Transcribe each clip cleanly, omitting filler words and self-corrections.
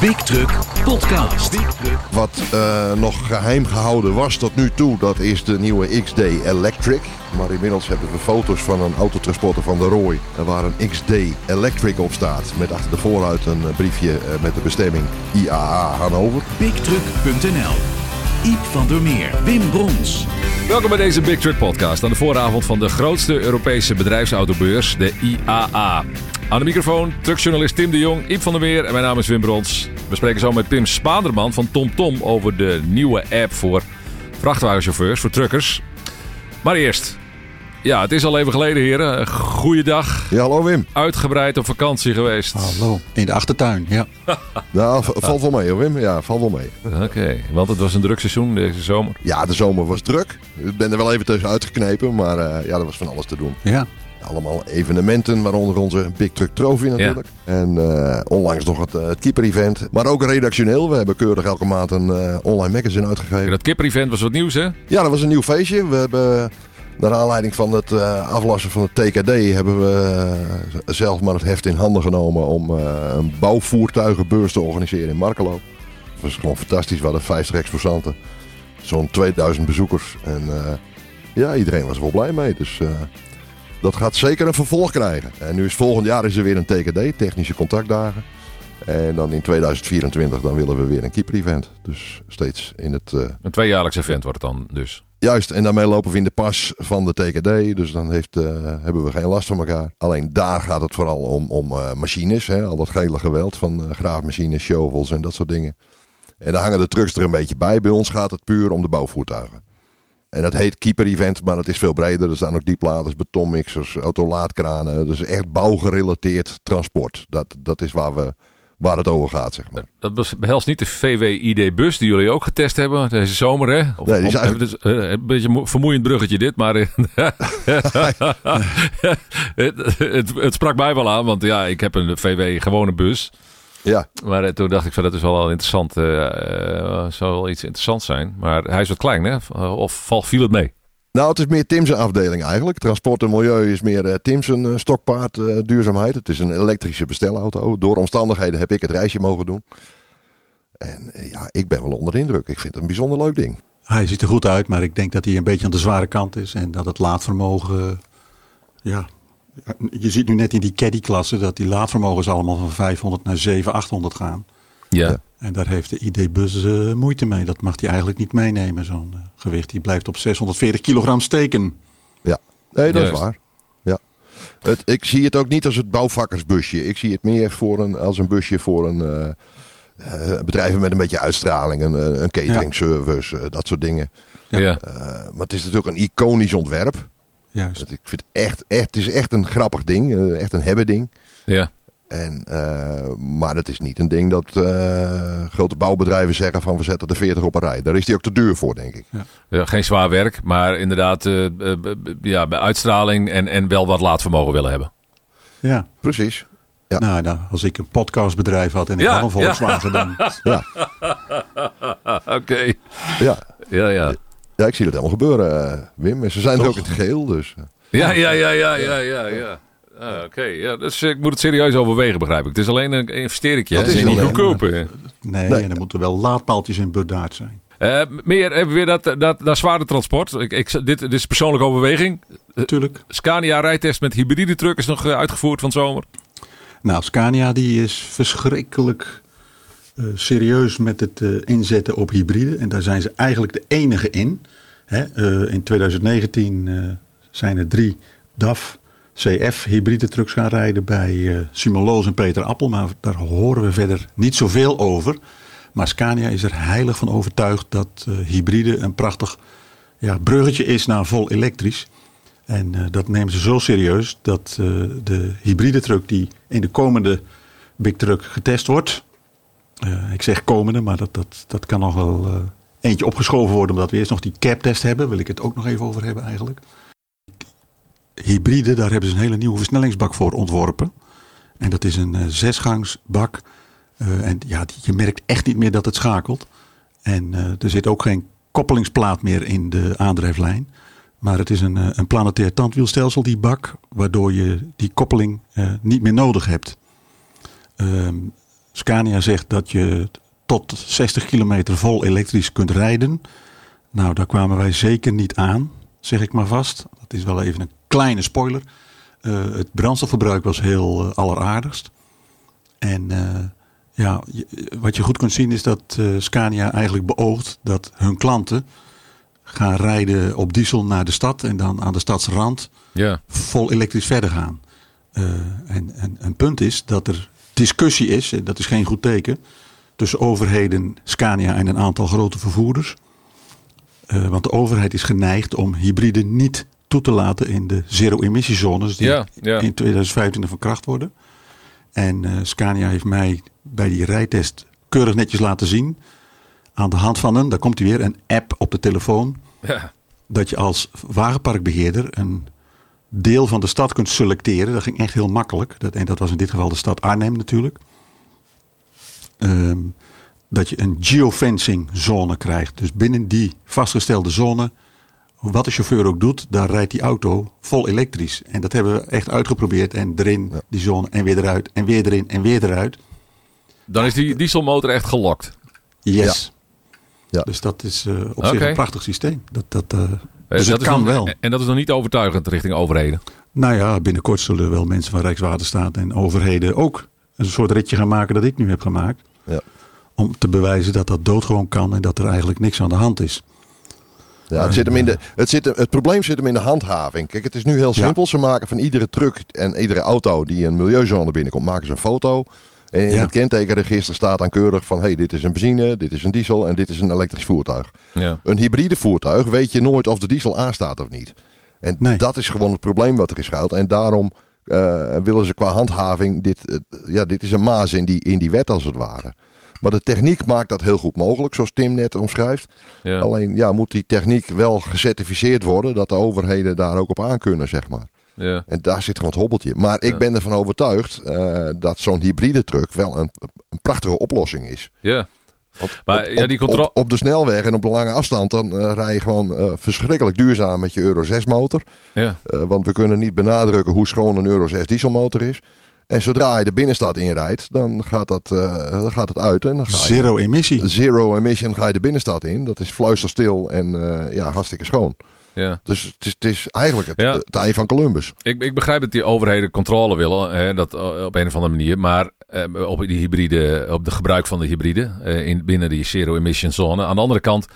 Big Truck Podcast. Wat nog geheim gehouden was tot nu toe, dat is de nieuwe XD Electric. Maar inmiddels hebben we foto's van een autotransporter van de Rooi. Waar een XD Electric op staat. Met achter de voorruit een briefje met de bestemming IAA Hannover. BigTruck.nl. Iep van der Meer, Wim Brons. Welkom bij deze Big Truck Podcast aan de vooravond van de grootste Europese bedrijfsautobeurs, de IAA. Aan de microfoon truckjournalist Tim de Jong, Iep van der Meer en mijn naam is Wim Brons. We spreken zo met Pim Spaanderman van TomTom over de nieuwe app voor vrachtwagenchauffeurs, voor truckers. Maar eerst, ja, het is al even geleden, heren. Goeiedag. Ja, hallo Wim. Uitgebreid op vakantie geweest. Hallo, in de achtertuin, ja. Nou, valt wel mee hoor Wim. Ja, valt wel mee. Oké, want het was een druk seizoen deze zomer. Ja, de zomer was druk. Ik ben er wel even tussen uitgeknepen, maar ja, er was van alles te doen. Ja. Allemaal evenementen, waaronder onze Big Truck Trophy natuurlijk. Ja. En onlangs nog het Keeper-event. Maar ook redactioneel. We hebben keurig elke maand een online magazine uitgegeven. Dat Keeper-event was wat nieuws, hè? Ja, dat was een nieuw feestje. We hebben, naar aanleiding van het aflassen van het TKD, hebben we zelf maar het heft in handen genomen om een bouwvoertuigenbeurs te organiseren in Markelo. Dat was gewoon fantastisch. We hadden 50 exposanten. Zo'n 2000 bezoekers. En ja, iedereen was er wel blij mee. Dus dat gaat zeker een vervolg krijgen. En nu is volgend jaar is er weer een TKD, technische contactdagen. En dan in 2024 dan willen we weer een keeper-event. Dus steeds in het... Een tweejaarlijks event wordt het dan dus. Juist, en daarmee lopen we in de pas van de TKD. Dus dan hebben we geen last van elkaar. Alleen daar gaat het vooral om machines. Hè? Al dat gele geweld van graafmachines, shovels en dat soort dingen. En daar hangen de trucks er een beetje bij. Bij ons gaat het puur om de bouwvoertuigen. En dat heet keeper-event, maar het is veel breder. Er staan ook diepladers, betonmixers, autolaadkranen. Dus echt bouwgerelateerd transport. Dat is waar het over gaat, zeg maar. Dat behelst niet de VW-ID-bus die jullie ook getest hebben deze zomer, hè? Nee, die is eigenlijk... Een beetje een vermoeiend bruggetje dit, maar het sprak mij wel aan. Want ja, ik heb een VW-gewone bus. Ja. Maar toen dacht ik van dat is wel interessant. Zou wel iets interessants zijn. Maar hij is wat klein, hè? Of viel het mee? Nou, het is meer Tim's afdeling eigenlijk. Transport en milieu is meer Tim's stokpaard duurzaamheid. Het is een elektrische bestelauto. Door omstandigheden heb ik het reisje mogen doen. En ja, ik ben wel onder de indruk. Ik vind het een bijzonder leuk ding. Hij ziet er goed uit, maar ik denk dat hij een beetje aan de zware kant is. En dat het laadvermogen, ja... Je ziet nu net in die caddy-klasse dat die laadvermogens allemaal van 500 naar 700, 800 gaan. Ja. En daar heeft de ID-bus moeite mee. Dat mag hij eigenlijk niet meenemen, zo'n gewicht. Die blijft op 640 kilogram steken. Ja, nee, dat is waar. Ja. Ik zie het ook niet als het bouwvakkersbusje. Ik zie het meer als een busje voor een bedrijven met een beetje uitstraling. Een cateringservice, dat soort dingen. Ja. Maar het is natuurlijk een iconisch ontwerp. Juist. Ik vind het is echt een grappig ding. Echt een hebben ding. Ja. Maar het is niet een ding dat grote bouwbedrijven zeggen van we zetten er 40 op een rij. Daar is die ook te duur voor, denk ik. Ja. Ja, geen zwaar werk, maar inderdaad bij uitstraling en wel wat laadvermogen willen hebben. Ja. Precies. Ja. Nou, als ik een podcastbedrijf had en ik had een Volkswagen dan... Ja. Oké. Ja. Ja. Ja, ik zie dat helemaal gebeuren, Wim. En ze zijn er ook in het geheel, dus... Ja. Oké. Ja, dus ik moet het serieus overwegen, begrijp ik. Het is alleen een investeringje. Het is niet goedkoop. Nee, en er moeten wel laadpaaltjes in bedaard zijn. Meer hebben we weer dat zware transport. Dit is persoonlijke overweging. Natuurlijk. Scania rijtest met hybride truck is nog uitgevoerd van zomer. Nou, Scania die is verschrikkelijk serieus met het inzetten op hybride. En daar zijn ze eigenlijk de enige in. In 2019 zijn er 3 DAF CF hybride trucks gaan rijden bij Simon Loos en Peter Appel. Maar daar horen we verder niet zoveel over. Maar Scania is er heilig van overtuigd dat hybride een prachtig bruggetje is naar vol elektrisch. En dat nemen ze zo serieus dat de hybride truck die in de komende Big Truck getest wordt. Ik zeg komende, maar dat kan nog wel eentje opgeschoven worden. Omdat we eerst nog die cap-test hebben. Wil ik het ook nog even over hebben eigenlijk. Hybride, daar hebben ze een hele nieuwe versnellingsbak voor ontworpen. En dat is een 6-gangsbak. En ja, je merkt echt niet meer dat het schakelt. En er zit ook geen koppelingsplaat meer in de aandrijflijn. Maar het is een planetair tandwielstelsel, die bak. Waardoor je die koppeling niet meer nodig hebt. Scania zegt dat je tot 60 kilometer vol elektrisch kunt rijden. Nou, daar kwamen wij zeker niet aan, zeg ik maar vast. Dat is wel even een kleine spoiler. Het brandstofverbruik was heel alleraardigst. En wat je goed kunt zien is dat Scania eigenlijk beoogt dat hun klanten gaan rijden op diesel naar de stad en dan aan de stadsrand vol elektrisch verder gaan. En een punt is dat er discussie is, en dat is geen goed teken, tussen overheden, Scania en een aantal grote vervoerders. Want de overheid is geneigd om hybride niet toe te laten in de zero-emissiezones die in 2025 van kracht worden. En Scania heeft mij bij die rijtest keurig netjes laten zien, aan de hand van daar komt hij weer, een app op de telefoon, dat je als wagenparkbeheerder een deel van de stad kunt selecteren. Dat ging echt heel makkelijk. En dat was in dit geval de stad Arnhem natuurlijk. Dat je een geofencing zone krijgt. Dus binnen die vastgestelde zone, wat de chauffeur ook doet, daar rijdt die auto vol elektrisch. En dat hebben we echt uitgeprobeerd. En erin die zone en weer eruit en weer erin en weer eruit. Dan is die dieselmotor echt gelokt. Yes. Ja. Dus dat is op zich een prachtig systeem. Dus dat kan wel. En dat is nog niet overtuigend richting overheden? Nou ja, binnenkort zullen wel mensen van Rijkswaterstaat en overheden ook een soort ritje gaan maken dat ik nu heb gemaakt. Ja. Om te bewijzen dat dat doodgewoon kan en dat er eigenlijk niks aan de hand is. Ja, het probleem zit hem in de handhaving. Kijk, het is nu heel simpel. Ja. Ze maken van iedere truck en iedere auto die een milieuzone binnenkomt, maken ze een foto. En in het kentekenregister staat dan keurig van, dit is een benzine, dit is een diesel en dit is een elektrisch voertuig. Ja. Een hybride voertuig weet je nooit of de diesel aanstaat of niet. En dat is gewoon het probleem wat er is schuilt. En daarom willen ze qua handhaving, dit is een maas in die wet als het ware. Maar de techniek maakt dat heel goed mogelijk, zoals Tim net omschrijft. Ja. Alleen moet die techniek wel gecertificeerd worden, dat de overheden daar ook op aan kunnen, zeg maar. Ja. En daar zit gewoon het hobbeltje. Maar ik ben ervan overtuigd dat zo'n hybride truck wel een prachtige oplossing is. Ja. Op de snelweg en op de lange afstand dan rij je gewoon verschrikkelijk duurzaam met je Euro 6 motor. Ja. Want we kunnen niet benadrukken hoe schoon een Euro 6 dieselmotor is. En zodra je de binnenstad inrijdt, dan gaat het uit. En dan ga je zero emissie. Zero emission ga je de binnenstad in. Dat is fluisterstil en hartstikke schoon. Ja. Dus het is eigenlijk het ei van Columbus. Ik begrijp dat die overheden controle willen, dat op een of andere manier. Maar op de gebruik van de hybride binnen die zero-emission zone. Aan de andere kant,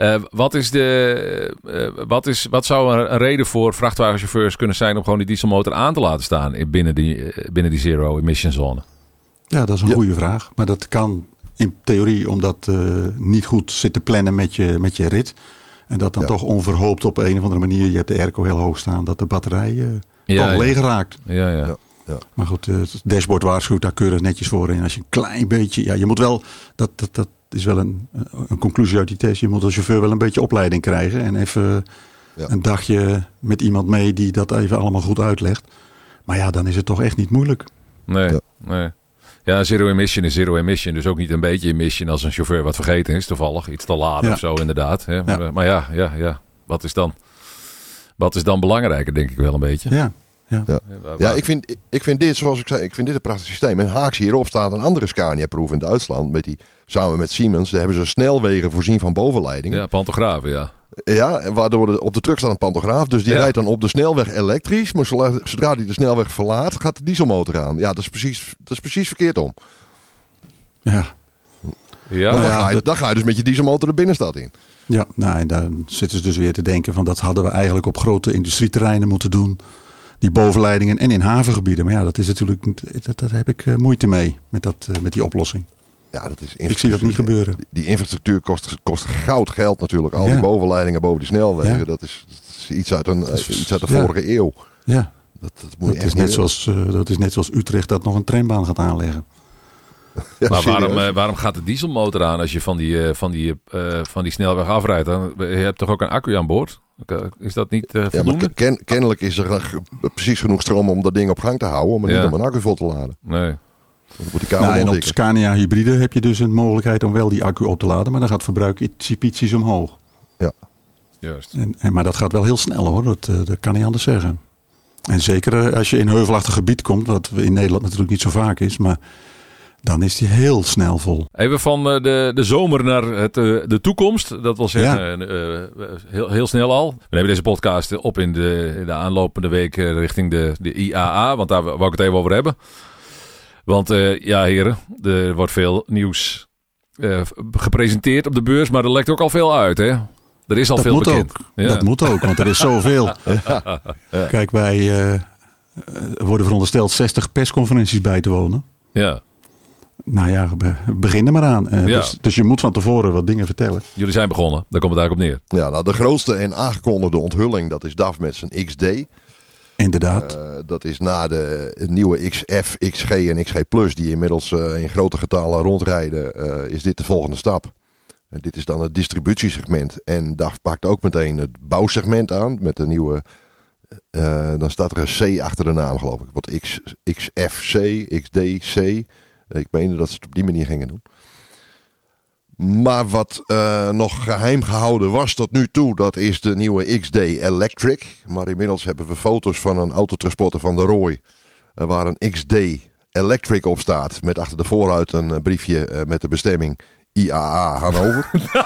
wat zou een reden voor vrachtwagenchauffeurs kunnen zijn om gewoon die dieselmotor aan te laten staan binnen die zero-emission zone? Ja, dat is een goede vraag. Maar dat kan in theorie omdat niet goed zit te plannen met je rit. En dat dan toch onverhoopt op een of andere manier, je hebt de airco heel hoog staan, dat de batterij toch leeg raakt. Ja. Maar goed, het dashboard waarschuwt daar keurig netjes voor. En als je een klein beetje, je moet wel, dat is wel een conclusie uit die test. Je moet als chauffeur wel een beetje opleiding krijgen. En even een dagje met iemand mee die dat even allemaal goed uitlegt. Maar dan is het toch echt niet moeilijk. Nee. Ja, zero emission is zero emission. Dus ook niet een beetje emission als een chauffeur wat vergeten is toevallig. Iets te laden of zo inderdaad. Hè? Maar ja. Wat is dan belangrijker, denk ik wel een beetje. Ja, ik vind dit, zoals ik zei, een prachtig systeem. En haaks hierop staat een andere Scania-proef in Duitsland. Samen met Siemens. Daar hebben ze snelwegen voorzien van bovenleidingen. Ja, pantografen, ja. Ja, waardoor op de truck staat een pantograaf. Dus die rijdt dan op de snelweg elektrisch. Maar zodra hij de snelweg verlaat, gaat de dieselmotor aan. Ja, dat is precies verkeerd om. Ja. Dan ga je dus met je dieselmotor de binnenstad in. Ja, en dan zitten ze dus weer te denken van dat hadden we eigenlijk op grote industrieterreinen moeten doen. Die bovenleidingen en in havengebieden. Maar dat is natuurlijk, daar heb ik moeite mee met die oplossing. Ja, dat is ik zie dat niet gebeuren. Die infrastructuur kost goud geld natuurlijk. Al die bovenleidingen boven die snelwegen. Ja. Dat is iets uit de vorige eeuw. Ja. Dat is net zoals Utrecht dat nog een trambaan gaat aanleggen. Ja, maar waarom gaat de dieselmotor aan als je van die snelweg afrijdt? Je hebt toch ook een accu aan boord? Is dat niet voldoende? Maar kennelijk is er precies genoeg stroom om dat ding op gang te houden. Maar niet om een accu vol te laden. Nee. En op Scania hybride heb je dus een mogelijkheid om wel die accu op te laden. Maar dan gaat het verbruik ietsjes omhoog. Ja. Juist. Maar dat gaat wel heel snel hoor. Dat kan niet anders zeggen. En zeker als je in heuvelachtig gebied komt. Wat in Nederland natuurlijk niet zo vaak is. Maar Dan is die heel snel vol. Even van de zomer naar de toekomst. Dat wil zeggen, heel snel al. We nemen deze podcast op in de aanlopende week richting de IAA. Want daar wou ik het even over hebben. Want heren, er wordt veel nieuws gepresenteerd op de beurs. Maar er lekt ook al veel uit, hè? Er is al dat veel moet bekend. Ook. Ja. Dat moet ook, want er is zoveel. Kijk, wij worden verondersteld 60 persconferenties bij te wonen. Ja. Nou ja, begin er maar aan. Dus je moet van tevoren wat dingen vertellen. Jullie zijn begonnen, daar komt het eigenlijk op neer. Ja, nou, de grootste en aangekondigde onthulling, dat is DAF met zijn XD. Inderdaad. Dat is na de nieuwe XF, XG en XG Plus, die inmiddels in grote getallen rondrijden, is dit de volgende stap. Dit is dan het distributiesegment. En DAF pakt ook meteen het bouwsegment aan met de nieuwe... dan staat er een C achter de naam, geloof ik. Wat XFC, XDC... Ik meende dat ze het op die manier gingen doen. Maar wat nog geheim gehouden was tot nu toe, dat is de nieuwe XD Electric. Maar inmiddels hebben we foto's van een autotransporter van de Roy. Waar een XD Electric op staat. Met achter de voorruit een briefje met de bestemming IAA Hannover.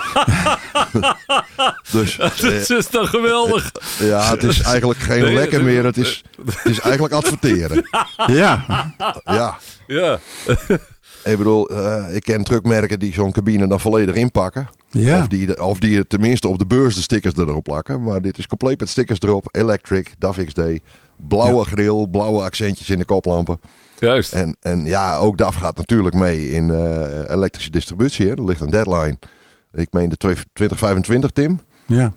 Dus, Dat is toch geweldig? Ja, het is eigenlijk geen lekker meer. Het is eigenlijk adverteren. Ja. Ja. Ik bedoel, ik ken truckmerken die zo'n cabine dan volledig inpakken. Ja. Of die tenminste op de beurs de stickers erop plakken. Maar dit is compleet met stickers erop. Electric, DAF XD. Blauwe grill, blauwe accentjes in de koplampen. Juist. En ja, ook DAF gaat natuurlijk mee in elektrische distributie. Hè. Er ligt een deadline. Ik meen de 2025, Tim. Ja.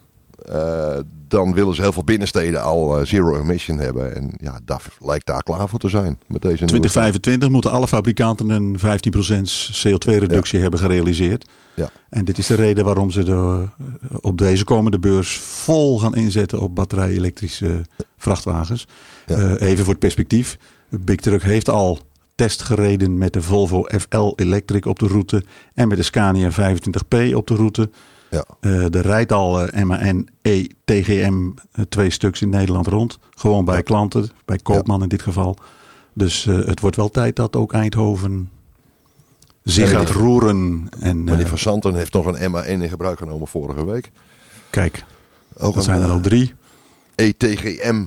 Dan willen ze heel veel binnensteden al zero emission hebben. En ja, DAF lijkt daar klaar voor te zijn. Met deze 2025 moeten alle fabrikanten een 15% CO2-reductie hebben gerealiseerd. Ja. En dit is de reden waarom ze op deze komende beurs vol gaan inzetten op batterij-elektrische vrachtwagens. Ja. Even voor het perspectief. Big Truck heeft al test gereden met de Volvo FL Electric op de route. En met de Scania 25P op de route. Ja. Er rijdt al MAN TGM 2 stuks in Nederland rond. Gewoon bij klanten, bij Koopman in dit geval. Dus het wordt wel tijd dat ook Eindhoven zich gaat roeren. En, Meneer Van Santen heeft nog een MAN in gebruik genomen vorige week. Kijk, Ook dat zijn er al 3. ETGM.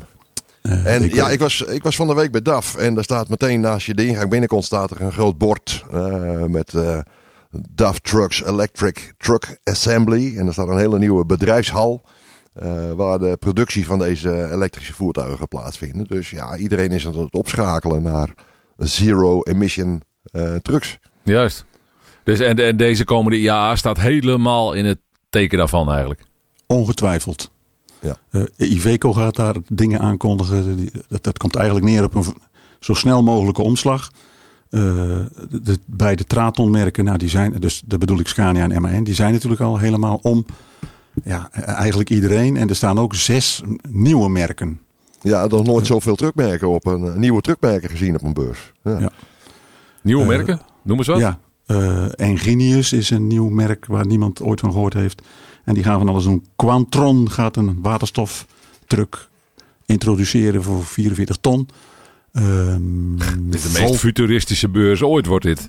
Ik was van de week bij DAF. En daar staat meteen naast je de ingang binnenkomt staat er een groot bord met... DAF Trucks Electric Truck Assembly. En er staat een hele nieuwe bedrijfshal. Waar de productie van deze elektrische voertuigen gaat plaatsvinden. Dus ja, iedereen is aan het opschakelen naar zero emission trucks. Juist. Dus en deze komende IAA staat helemaal in het teken daarvan eigenlijk. Ongetwijfeld. Ja. Iveco gaat daar dingen aankondigen. Dat komt eigenlijk neer op een zo snel mogelijke omslag. De beide Traton-merken, nou die zijn, dus dat bedoel ik Scania en MAN, die zijn natuurlijk al helemaal om. Ja, eigenlijk iedereen. En er staan ook 6 nieuwe merken. Ja, nog nooit zoveel truckmerken op een nieuwe truckmerken gezien op een beurs. Ja. Nieuwe merken? Noem eens wat. Ja, Engenius is een nieuw merk waar niemand ooit van gehoord heeft. En die gaan van alles doen. Quantron gaat een waterstoftruck introduceren voor 44 ton. Dit is de meest futuristische beurs ooit, wordt dit.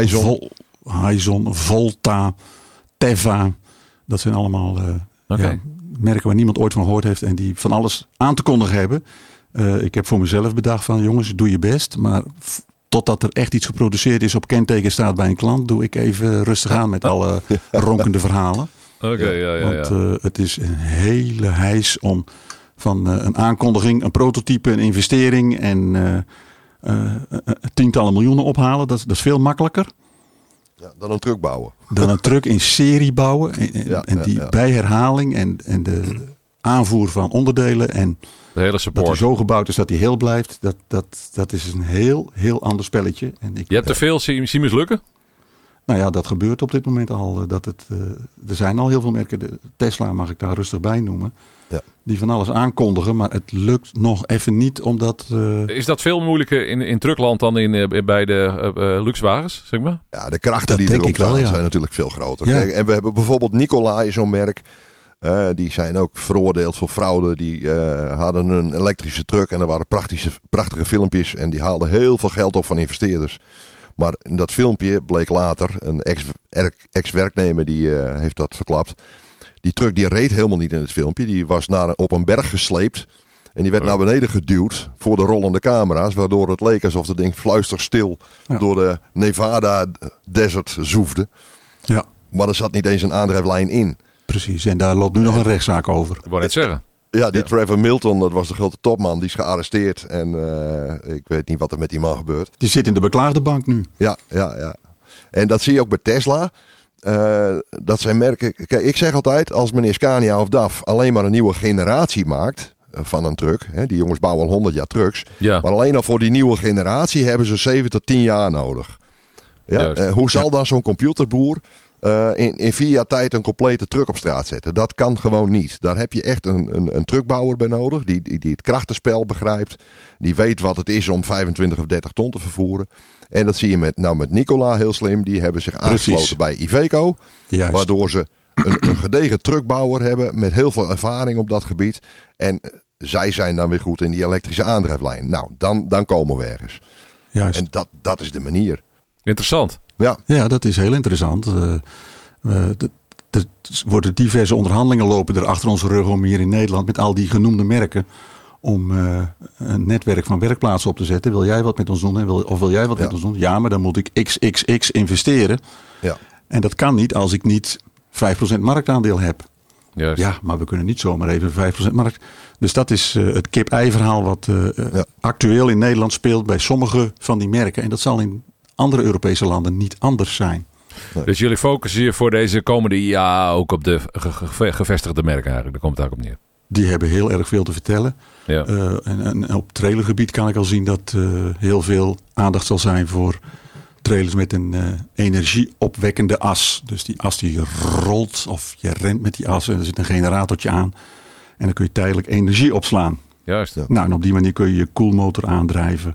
Hyzon, Volta, Teva. Dat zijn allemaal merken waar niemand ooit van gehoord heeft. En die van alles aan te kondigen hebben. Ik heb voor mezelf bedacht van jongens, doe je best. Maar totdat er echt iets geproduceerd is op kenteken staat bij een klant. Doe ik even rustig aan met alle ronkende verhalen. Want het is een hele heis om... Van een aankondiging, een prototype, een investering en tientallen miljoenen ophalen. Dat is veel makkelijker. Ja, dan een truck bouwen. Dan een truck in serie bouwen. Bij herhaling en de aanvoer van onderdelen. En de hele support. Dat hij zo gebouwd is dat hij heel blijft. Dat is een heel ander spelletje. En je hebt er veel zien mislukken? Nou ja, dat gebeurt op dit moment al. Er zijn al heel veel merken. De Tesla mag ik daar rustig bij noemen. Ja. Die van alles aankondigen, maar het lukt nog even niet omdat... Is dat veel moeilijker in truckland dan bij de luxewagens, zeg maar? Ja, de krachten die erop staan zijn natuurlijk veel groter. Ja. Kijk, en we hebben bijvoorbeeld Nikola, zo'n merk. Die zijn ook veroordeeld voor fraude. Die hadden een elektrische truck en er waren prachtige filmpjes. En die haalden heel veel geld op van investeerders. Maar in dat filmpje bleek later, een ex-werknemer die heeft dat verklapt. Die truck die reed helemaal niet in het filmpje. Die was op een berg gesleept. En die werd naar beneden geduwd voor de rollende camera's. Waardoor het leek alsof het ding fluisterstil door de Nevada desert zoefde. Ja. Maar er zat niet eens een aandrijflijn in. Precies, en daar loopt nu nog een rechtszaak over. Ik wou net zeggen. Ja, die Trevor Milton, dat was de grote topman. Die is gearresteerd. En ik weet niet wat er met die man gebeurt. Die zit in de beklaagde bank nu. Ja. En dat zie je ook bij Tesla. Dat zijn merken... Kijk, ik zeg altijd, als meneer Scania of DAF alleen maar een nieuwe generatie maakt van een truck. Hè, die jongens bouwen al 100 jaar trucks. Ja. Maar alleen al voor die nieuwe generatie hebben ze 7 tot 10 jaar nodig. Ja, hoe zal dan zo'n computerboer in 4 jaar tijd een complete truck op straat zetten? Dat kan gewoon niet. Daar heb je echt een truckbouwer bij nodig. Die het krachtenspel begrijpt. Die weet wat het is om 25 of 30 ton te vervoeren. En dat zie je met Nikola heel slim. Die hebben zich aangesloten bij Iveco. Juist. Waardoor ze een gedegen truckbouwer hebben met heel veel ervaring op dat gebied. En zij zijn dan weer goed in die elektrische aandrijflijn. Nou, dan komen we ergens. Juist. En dat is de manier. Interessant. Ja, dat is heel interessant. Er worden diverse onderhandelingen lopen er achter onze rug om hier in Nederland met al die genoemde merken om een netwerk van werkplaatsen op te zetten. Wil jij wat met ons doen? Of wil jij wat met ons doen? Ja, maar dan moet ik XXX investeren. Ja. En dat kan niet als ik niet 5% marktaandeel heb. Juist. Ja, maar we kunnen niet zomaar even 5% markt. Dus dat is het kip-ei verhaal wat actueel in Nederland speelt bij sommige van die merken. En dat zal in andere Europese landen niet anders zijn. Nee. Dus jullie focussen je voor deze komende IAA ook op de gevestigde merken eigenlijk. Daar komt het eigenlijk op neer. Die hebben heel erg veel te vertellen. Ja. En op trailergebied kan ik al zien dat heel veel aandacht zal zijn voor trailers met een energieopwekkende as. Dus die as die rolt of je rent met die as en er zit een generatortje aan. En dan kun je tijdelijk energie opslaan. Juist. Nou, en op die manier kun je je koelmotor aandrijven.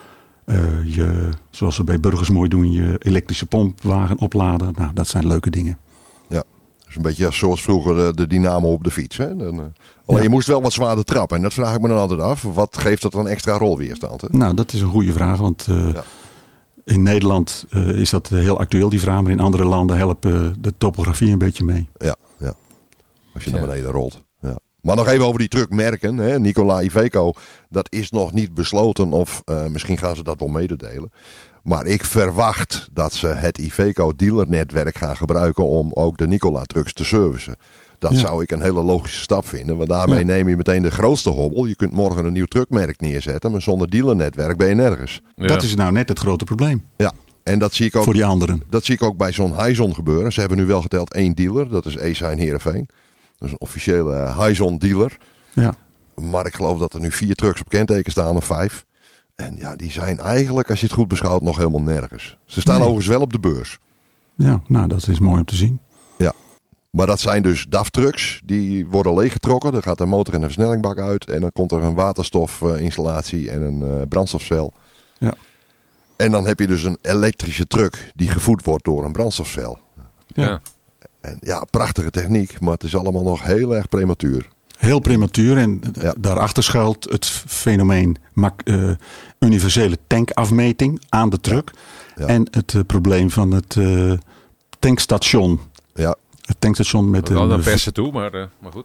Zoals we bij Burgers mooi doen, je elektrische pompwagen opladen. Nou, dat zijn leuke dingen. Ja, dat is een beetje zoals vroeger de dynamo op de fiets. Hè? Alleen je moest wel wat zwaarder trappen. En dat vraag ik me dan altijd af. Wat geeft dat dan extra rolweerstand? Hè? Nou, dat is een goede vraag. Want in Nederland is dat heel actueel, die vraag. Maar in andere landen helpen de topografie een beetje mee. Ja. Als je naar beneden rolt. Ja. Maar nog even over die truckmerken. Hè? Nikola, Iveco, dat is nog niet besloten. Of misschien gaan ze dat wel mededelen. Maar ik verwacht dat ze het Iveco dealernetwerk gaan gebruiken om ook de Nikola trucks te servicen. Dat zou ik een hele logische stap vinden. Want daarmee neem je meteen de grootste hobbel. Je kunt morgen een nieuw truckmerk neerzetten. Maar zonder dealernetwerk ben je nergens. Ja. Dat is nou net het grote probleem. Ja. En dat zie ik ook voor die anderen. Dat zie ik ook bij zo'n Hyzon gebeuren. Ze hebben nu wel geteld 1 dealer. Dat is ESA in Heerenveen. Dat is een officiële Hyzon dealer. Ja. Maar ik geloof dat er nu 4 trucks op kenteken staan of 5. En ja, die zijn eigenlijk, als je het goed beschouwt, nog helemaal nergens. Ze staan overigens wel op de beurs. Ja, nou dat is mooi om te zien. Ja. Maar dat zijn dus DAF-trucks. Die worden leeggetrokken. Er gaat een motor en een versnellingbak uit. En dan komt er een waterstofinstallatie en een brandstofcel. Ja. En dan heb je dus een elektrische truck die gevoed wordt door een brandstofcel. Ja. En ja, prachtige techniek. Maar het is allemaal nog heel erg prematuur. Heel prematuur. En daarachter schuilt het fenomeen universele tankafmeting aan de truck. Ja. En het probleem van het tankstation. Ja. Het tankstation met een persen toe, maar goed.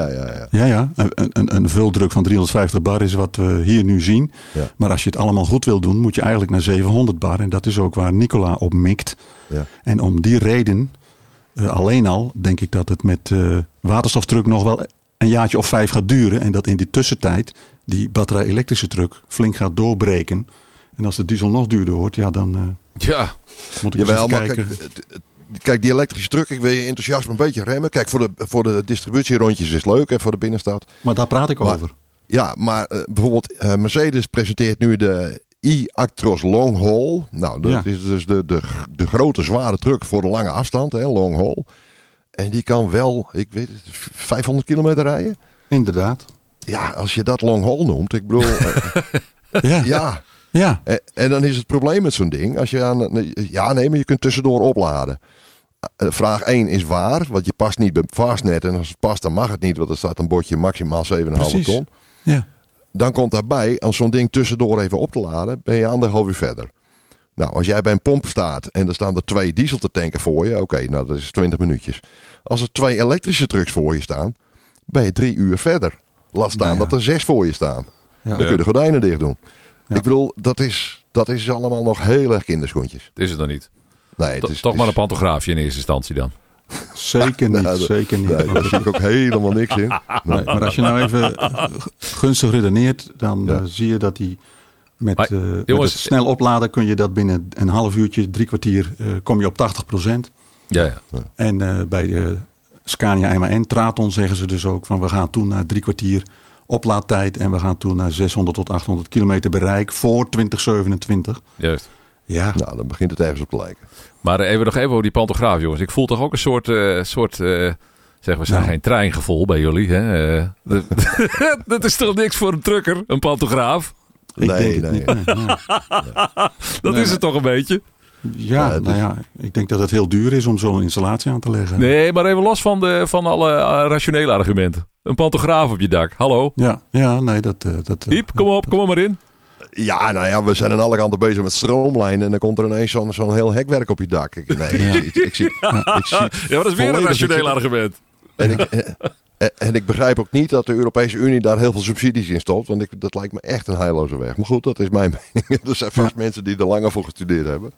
Een vuldruk van 350 bar is wat we hier nu zien. Ja. Maar als je het allemaal goed wil doen, moet je eigenlijk naar 700 bar. En dat is ook waar Nikola op mikt. Ja. En om die reden, alleen al, denk ik dat het met waterstoftruck nog wel een jaartje of 5 gaat duren. En dat in die tussentijd die batterij-elektrische truck flink gaat doorbreken. En als de diesel nog duurder wordt, dan moet ik eens kijken. Kijk, die elektrische truck, ik wil je enthousiasme een beetje remmen. Kijk, voor de distributierondjes is het leuk en voor de binnenstad. Maar daar praat ik over. Ja, maar bijvoorbeeld Mercedes presenteert nu de e-Actros Long Haul. Nou, dat is dus de grote zware truck voor de lange afstand, hè, long haul. En die kan wel, ik weet het, 500 kilometer rijden. Inderdaad. Ja, als je dat long haul noemt, ik bedoel... Ja. En dan is het probleem met zo'n ding. Als je maar je kunt tussendoor opladen. Vraag 1 is waar, want je past niet bij Fastnet. En als het past, dan mag het niet, want er staat een bordje maximaal 7,5 ton. Ja. Dan komt daarbij, als zo'n ding tussendoor even op te laden, ben je 1,5 uur verder. Nou, als jij bij een pomp staat en er staan er 2 diesel te tanken voor je. Oké, nou dat is 20 minuutjes. Als er 2 elektrische trucks voor je staan, ben je 3 uur verder. Laat staan dat er 6 voor je staan. Dan kun je de gordijnen dicht doen. Ja. Ik bedoel, dat is allemaal nog heel erg kinderschoentjes. Het is het dan niet. Nee, het is, toch maar een pantograafje in eerste instantie dan. Zeker niet, zeker niet. Nee, daar zie ik ook helemaal niks in. Nee, maar als je nou even gunstig redeneert, dan zie je dat die met het snel opladen kun je dat binnen een half uurtje, 3 kwartier, kom je op 80%. Ja. En bij Scania MAN, Traton zeggen ze dus ook van we gaan toe naar 3 kwartier oplaadtijd en we gaan toe naar 600 tot 800 kilometer bereik voor 2027. Juist. Ja. Nou, dan begint het ergens op te lijken. Maar even over die pantograaf, jongens. Ik voel toch ook een soort zeg we zijn geen treingevoel bij jullie. Hè? Dat is toch niks voor een trucker, een pantograaf? Nee. Dat is het toch een beetje? Ja, ik denk dat het heel duur is om zo'n installatie aan te leggen. Nee, maar even los van alle rationele argumenten. Een pantograaf op je dak, hallo? Ja, nee, dat... Hiep, kom maar in. Ja, nou ja, we zijn aan alle kanten bezig met stroomlijnen en dan komt er ineens zo'n heel hekwerk op je dak. Ik zie maar dat is weer een rationeel argument. En ik begrijp ook niet dat de Europese Unie daar heel veel subsidies in stopt. Want dat lijkt me echt een heilloze weg. Maar goed, dat is mijn mening. Er zijn vast mensen die er langer voor gestudeerd hebben.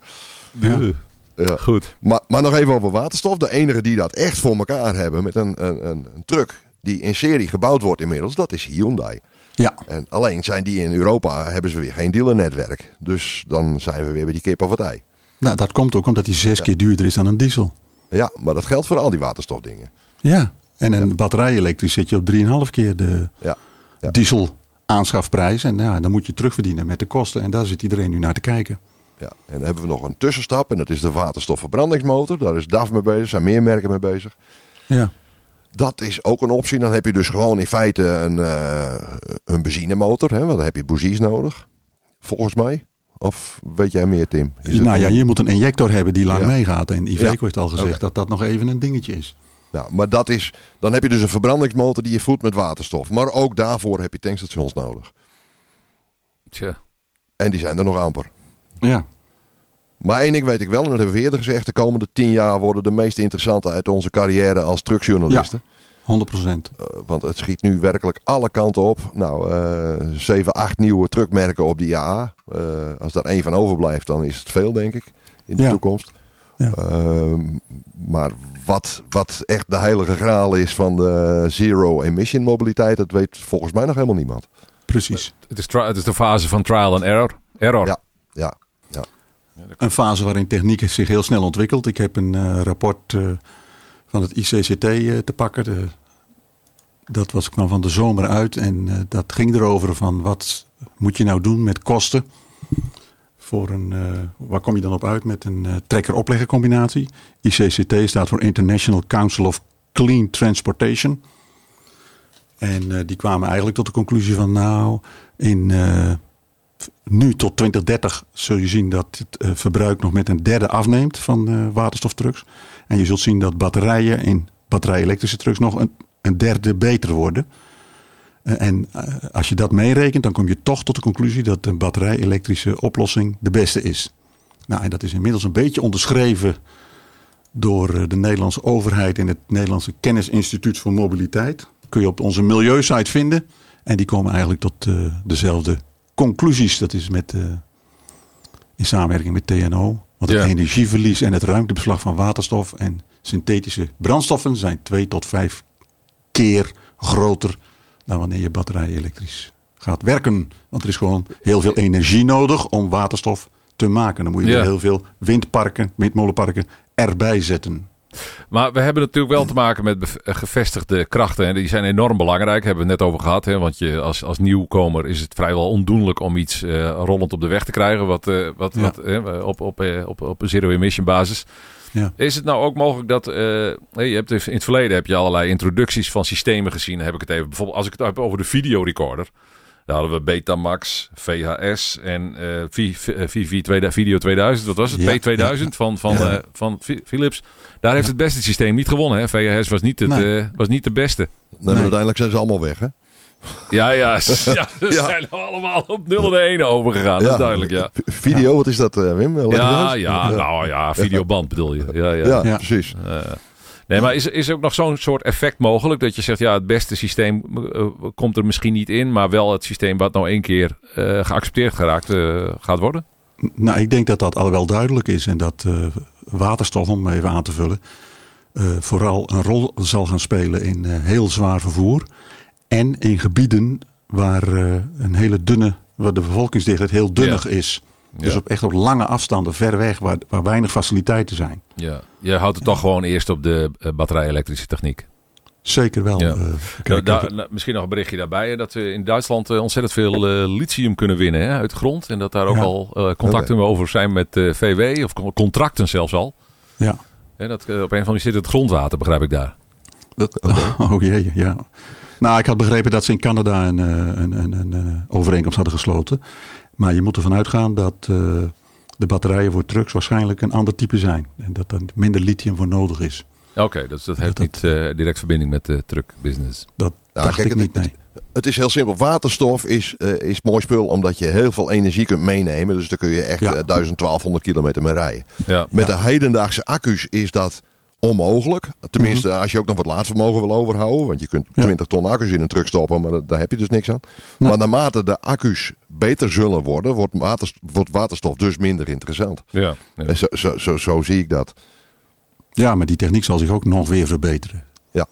Ja. Goed. Maar nog even over waterstof. De enige die dat echt voor elkaar hebben met een truck die in serie gebouwd wordt inmiddels, dat is Hyundai. Ja. En alleen zijn die in Europa, hebben ze weer geen dealernetwerk. Dus dan zijn we weer bij die kip of het ei. Nou, dat komt ook omdat die 6 keer duurder is dan een diesel. Ja, maar dat geldt voor al die waterstofdingen. Ja, en een batterij elektrisch zit je op 3,5 keer de diesel aanschafprijs. En dan moet je terugverdienen met de kosten. En daar zit iedereen nu naar te kijken. Ja, en dan hebben we nog een tussenstap. En dat is de waterstofverbrandingsmotor. Daar is DAF mee bezig. Er zijn meer merken mee bezig. Ja. Dat is ook een optie. Dan heb je dus gewoon in feite een benzinemotor. Hè? Want dan heb je bougies nodig. Volgens mij. Of weet jij meer, Tim? Je moet een injector hebben die lang meegaat. En Iveco heeft al gezegd dat dat nog even een dingetje is. Ja, maar dan heb je dus een verbrandingsmotor die je voedt met waterstof. Maar ook daarvoor heb je tankstations nodig. Tja. En die zijn er nog amper. Ja. Maar één ding weet ik wel, en dat hebben we eerder gezegd. De komende 10 jaar worden de meest interessante uit onze carrière als truckjournalisten. Ja, 100%. Want het schiet nu werkelijk alle kanten op. Nou, 7, 8 nieuwe truckmerken op die IAA. Als daar 1 van overblijft, dan is het veel, denk ik, in de toekomst. Ja. Maar wat echt de heilige graal is van de zero-emission mobiliteit, dat weet volgens mij nog helemaal niemand. Precies. Het is de fase van trial and error. Ja. Een fase waarin techniek zich heel snel ontwikkelt. Ik heb een rapport van het ICCT te pakken. Dat kwam van de zomer uit en dat ging erover van wat moet je nou doen met kosten. Waar kom je dan op uit met een trekker-oplegger combinatie? ICCT staat voor International Council of Clean Transportation. En die kwamen eigenlijk tot de conclusie van nu tot 2030 zul je zien dat het verbruik nog met 1/3 afneemt van waterstoftrucks. En je zult zien dat batterijen in batterij-elektrische trucks nog een 1/3 beter worden. En als je dat meerekent, dan kom je toch tot de conclusie dat een batterij-elektrische oplossing de beste is. Nou, en dat is inmiddels een beetje onderschreven door de Nederlandse overheid en het Nederlandse Kennisinstituut voor Mobiliteit. Kun je op onze milieusite vinden. En die komen eigenlijk tot dezelfde conclusies. Dat is in samenwerking met TNO. Want het energieverlies en het ruimtebeslag van waterstof en synthetische brandstoffen zijn 2 tot 5 keer groter dan wanneer je batterij elektrisch gaat werken. Want er is gewoon heel veel energie nodig om waterstof te maken. Dan moet je er heel veel windmolenparken erbij zetten. Maar we hebben natuurlijk wel te maken met gevestigde krachten. En die zijn enorm belangrijk, hebben we het net over gehad. Hè? Want als nieuwkomer is het vrijwel ondoenlijk om iets rollend op de weg te krijgen. Op een zero-emission basis. Ja. Is het nou ook mogelijk dat... je hebt in het verleden heb je allerlei introducties van systemen gezien. Dan heb ik het even. Bijvoorbeeld als ik het heb over de videorecorder. Daar hadden we Betamax, VHS en Video 2000. Wat was het? P2000 van Philips. Daar heeft het beste systeem niet gewonnen. Hè? VHS was niet de beste. Nee. Uiteindelijk zijn ze allemaal weg, hè? Ja, ze zijn allemaal op 0 en 1 overgegaan. Dat is duidelijk, ja. Video, wat is dat, Wim? Videoband bedoel je. Ja, precies. Nee, maar is er ook nog zo'n soort effect mogelijk? Dat je zegt, het beste systeem komt er misschien niet in, maar wel het systeem wat nou 1 keer geaccepteerd gaat worden? Nou, ik denk dat dat al wel duidelijk is. En dat waterstof, om even aan te vullen, vooral een rol zal gaan spelen in heel zwaar vervoer. En in gebieden waar waar de bevolkingsdichtheid heel dunnig is. Dus echt op lange afstanden, ver weg, waar weinig faciliteiten zijn. Ja, je houdt het toch gewoon eerst op de batterij-elektrische techniek. Zeker wel. Ja. Misschien nog een berichtje daarbij. Dat we in Duitsland ontzettend veel lithium kunnen winnen uit de grond. En dat daar ook al contacten over zijn met VW. Of contracten zelfs al. Ja. En dat op een of andere manier zit het grondwater, begrijp ik daar. Oh jee, ja. Nou, ik had begrepen dat ze in Canada een overeenkomst hadden gesloten. Maar je moet ervan uitgaan dat de batterijen voor trucks waarschijnlijk een ander type zijn. En dat er minder lithium voor nodig is. Oké, dus dat heeft niet direct verbinding met de truckbusiness. Dat dacht ik niet, nee. Het is heel simpel. Waterstof is mooi spul omdat je heel veel energie kunt meenemen. Dus daar kun je echt 1200 kilometer mee rijden. Ja. Met de hedendaagse accu's is dat onmogelijk. Tenminste, als je ook nog wat laadvermogen wil overhouden. Want je kunt 20 ton accu's in een truck stoppen, maar daar heb je dus niks aan. Nee. Maar naarmate de accu's beter zullen worden, wordt waterstof dus minder interessant. Ja. Zo zie ik dat. Ja, maar die techniek zal zich ook nog weer verbeteren. Ja.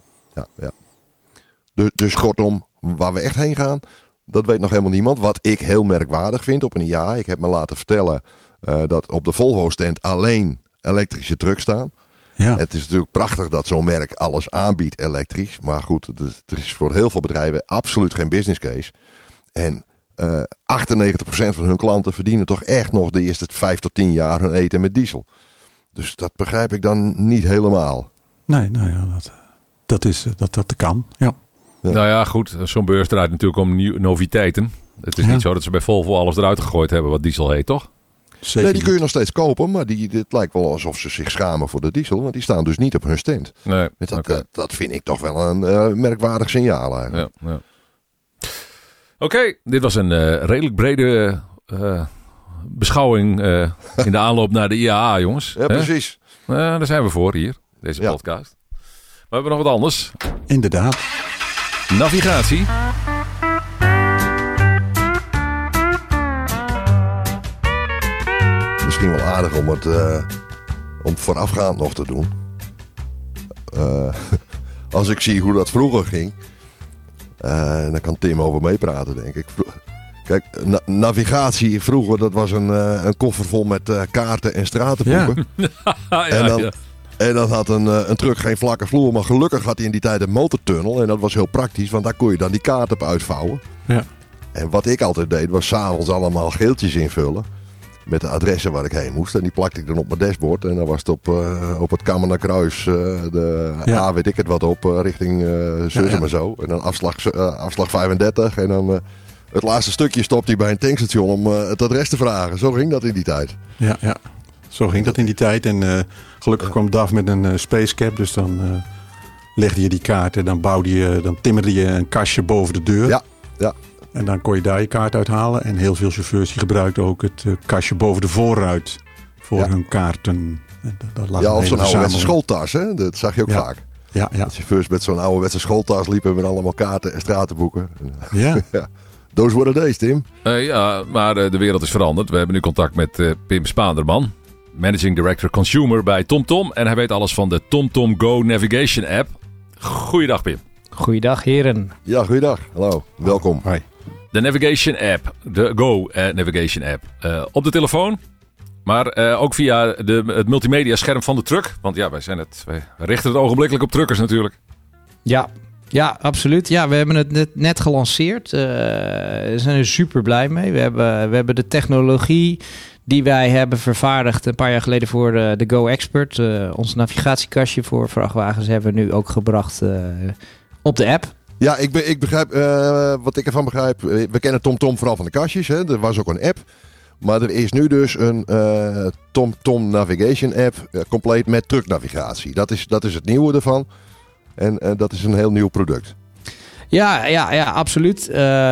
Dus kortom, waar we echt heen gaan, dat weet nog helemaal niemand. Wat ik heel merkwaardig vind op een IAA. Ik heb me laten vertellen dat op de Volvo stand alleen elektrische trucks staan. Ja. Het is natuurlijk prachtig dat zo'n merk alles aanbiedt elektrisch. Maar goed, er is voor heel veel bedrijven absoluut geen business case. En 98% van hun klanten verdienen toch echt nog de eerste 5 tot 10 jaar hun eten met diesel. Dus dat begrijp ik dan niet helemaal. Nee, nou ja, dat kan. Ja. Nou ja, goed. Zo'n beurs draait natuurlijk om noviteiten. Het is niet zo dat ze bij Volvo alles eruit gegooid hebben wat diesel heet, toch? Zeker nee, die kun je nog steeds kopen, maar het lijkt wel alsof ze zich schamen voor de diesel. Want die staan dus niet op hun stand. Nee, dat vind ik toch wel een merkwaardig signaal eigenlijk. Ja. Oké, dit was een redelijk brede beschouwing in de aanloop naar de IAA, jongens. Ja, precies. Daar zijn we voor hier, deze podcast. Maar we hebben nog wat anders. Inderdaad. Navigatie. Misschien wel aardig om het voorafgaand nog te doen. Als ik zie hoe dat vroeger ging, dan kan Tim over meepraten, denk ik. Kijk, navigatie vroeger, dat was een koffer vol met kaarten en stratenboeken. Ja. En dan had een truck geen vlakke vloer, maar gelukkig had hij in die tijd een motortunnel. En dat was heel praktisch, want daar kon je dan die kaart op uitvouwen. Ja. En wat ik altijd deed, was 's avonds allemaal geeltjes invullen. Met de adressen waar ik heen moest. En die plakte ik dan op mijn dashboard. En dan was het op het Kammener Kruis weet ik het wat op. Richting Sussum en zo. En dan afslag 35. En dan het laatste stukje stopte hij bij een tankstation om het adres te vragen. Zo ging dat in die tijd. Ja. Zo ging dat in die tijd. En gelukkig kwam DAF met een spacecap. Dus dan legde je die kaart en dan timmerde je een kastje boven de deur. Ja. En dan kon je daar je kaart uithalen. En heel veel chauffeurs die gebruikten ook het kastje boven de voorruit voor hun kaarten. Of zo'n ouderwetse schooltas, hè? Dat zag je ook vaak. Ja. Dat chauffeurs met zo'n ouderwetse schooltas liepen met allemaal kaarten en stratenboeken. Ja. Those were the days, Tim. Maar de wereld is veranderd. We hebben nu contact met Pim Spaanderman, Managing Director Consumer bij TomTom. En hij weet alles van de TomTom Go Navigation app. Goeiedag, Pim. Goeiedag, heren. Ja, goeiedag. Hallo, welkom. Hi. De Navigation app, de Go Navigation app. Op de telefoon, maar ook via het multimedia scherm van de truck. Want ja, wij richten het ogenblikkelijk op truckers natuurlijk. Ja, absoluut. Ja, we hebben het net gelanceerd. We zijn er super blij mee. We hebben de technologie die wij hebben vervaardigd een paar jaar geleden voor de Go Expert. Ons navigatiekastje voor vrachtwagens hebben we nu ook gebracht op de app. Ja, ik begrijp, wat ik ervan begrijp, we kennen TomTom vooral van de kastjes. Hè? Er was ook een app. Maar er is nu dus een TomTom Navigation app compleet met trucknavigatie. Dat is het nieuwe ervan. En dat is een heel nieuw product. Ja, absoluut.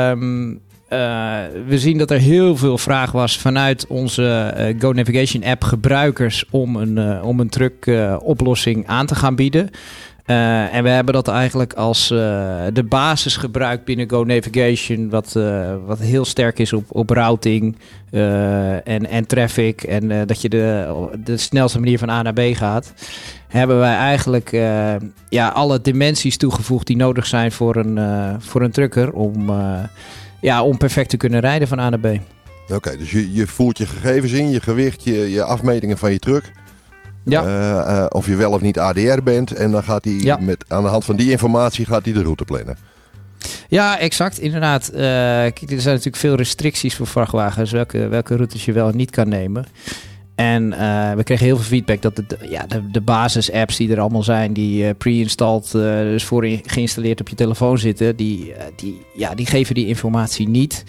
We zien dat er heel veel vraag was vanuit onze Go Navigation app gebruikers om een truck oplossing aan te gaan bieden. En we hebben dat eigenlijk als de basis gebruikt binnen Go Navigation, wat heel sterk is op routing en traffic. En dat je de snelste manier van A naar B gaat. Hebben wij eigenlijk alle dimensies toegevoegd die nodig zijn voor een trucker om perfect te kunnen rijden van A naar B. Oké, dus je voert je gegevens in, je gewicht, je afmetingen van je truck. Ja. Of je wel of niet ADR bent. En dan gaat hij aan de hand van die informatie gaat hij de route plannen. Ja, exact. Inderdaad. Kijk, er zijn natuurlijk veel restricties voor vrachtwagens. Welke routes je wel en niet kan nemen. En we kregen heel veel feedback dat de basis-apps die er allemaal zijn, die pre-installed, dus geïnstalleerd op je telefoon zitten, die geven die informatie niet.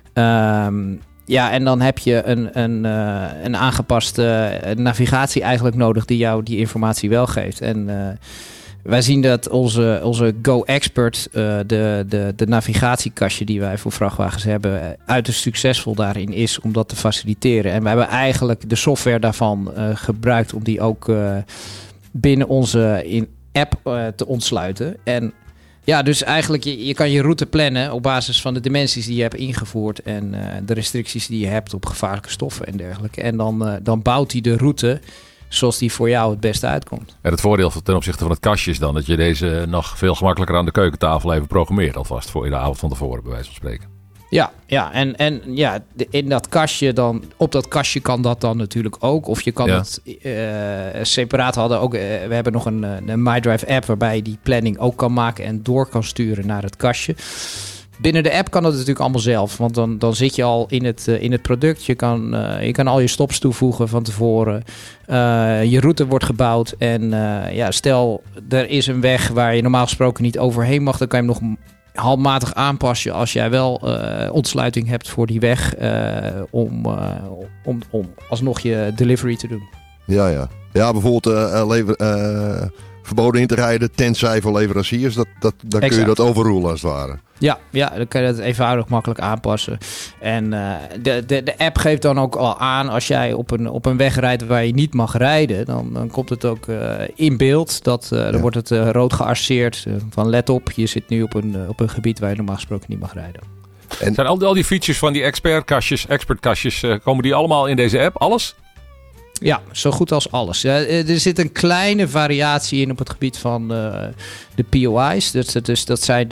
En dan heb je een aangepaste navigatie eigenlijk nodig die jou die informatie wel geeft. En wij zien dat onze Go Expert, de navigatiekastje die wij voor vrachtwagens hebben, uiterst succesvol daarin is om dat te faciliteren. En we hebben eigenlijk de software daarvan gebruikt om die ook binnen onze app te ontsluiten. En ja, dus eigenlijk je kan je route plannen op basis van de dimensies die je hebt ingevoerd en de restricties die je hebt op gevaarlijke stoffen en dergelijke. En dan bouwt hij de route zoals die voor jou het beste uitkomt. En het voordeel ten opzichte van het kastje is dan dat je deze nog veel gemakkelijker aan de keukentafel even programmeert alvast voor in de avond van tevoren, bij wijze van spreken. Ja, in dat kastje dan, op dat kastje kan dat dan natuurlijk ook. Of je kan het separaat hadden ook. We hebben nog een MyDrive app waarbij je die planning ook kan maken en door kan sturen naar het kastje. Binnen de app kan dat natuurlijk allemaal zelf, want dan zit je al in het product. Je kan al je stops toevoegen van tevoren. Je route wordt gebouwd en stel er is een weg waar je normaal gesproken niet overheen mag, dan kan je hem nog handmatig aanpassen als jij wel ontsluiting hebt voor die weg om alsnog je delivery te doen. Ja, bijvoorbeeld verboden in te rijden tenzij voor leveranciers. Dan kun je dat overrulen als het ware. Ja, dan kan je dat eenvoudig makkelijk aanpassen. En de app geeft dan ook al aan als jij op een weg rijdt waar je niet mag rijden, dan komt het ook in beeld. Dan wordt het rood gearceerd van let op, je zit nu op een gebied waar je normaal gesproken niet mag rijden. En zijn al die features van die expertkastjes, komen die allemaal in deze app? Alles? Ja, zo goed als alles. Er zit een kleine variatie in op het gebied van de POI's. Dus dat zijn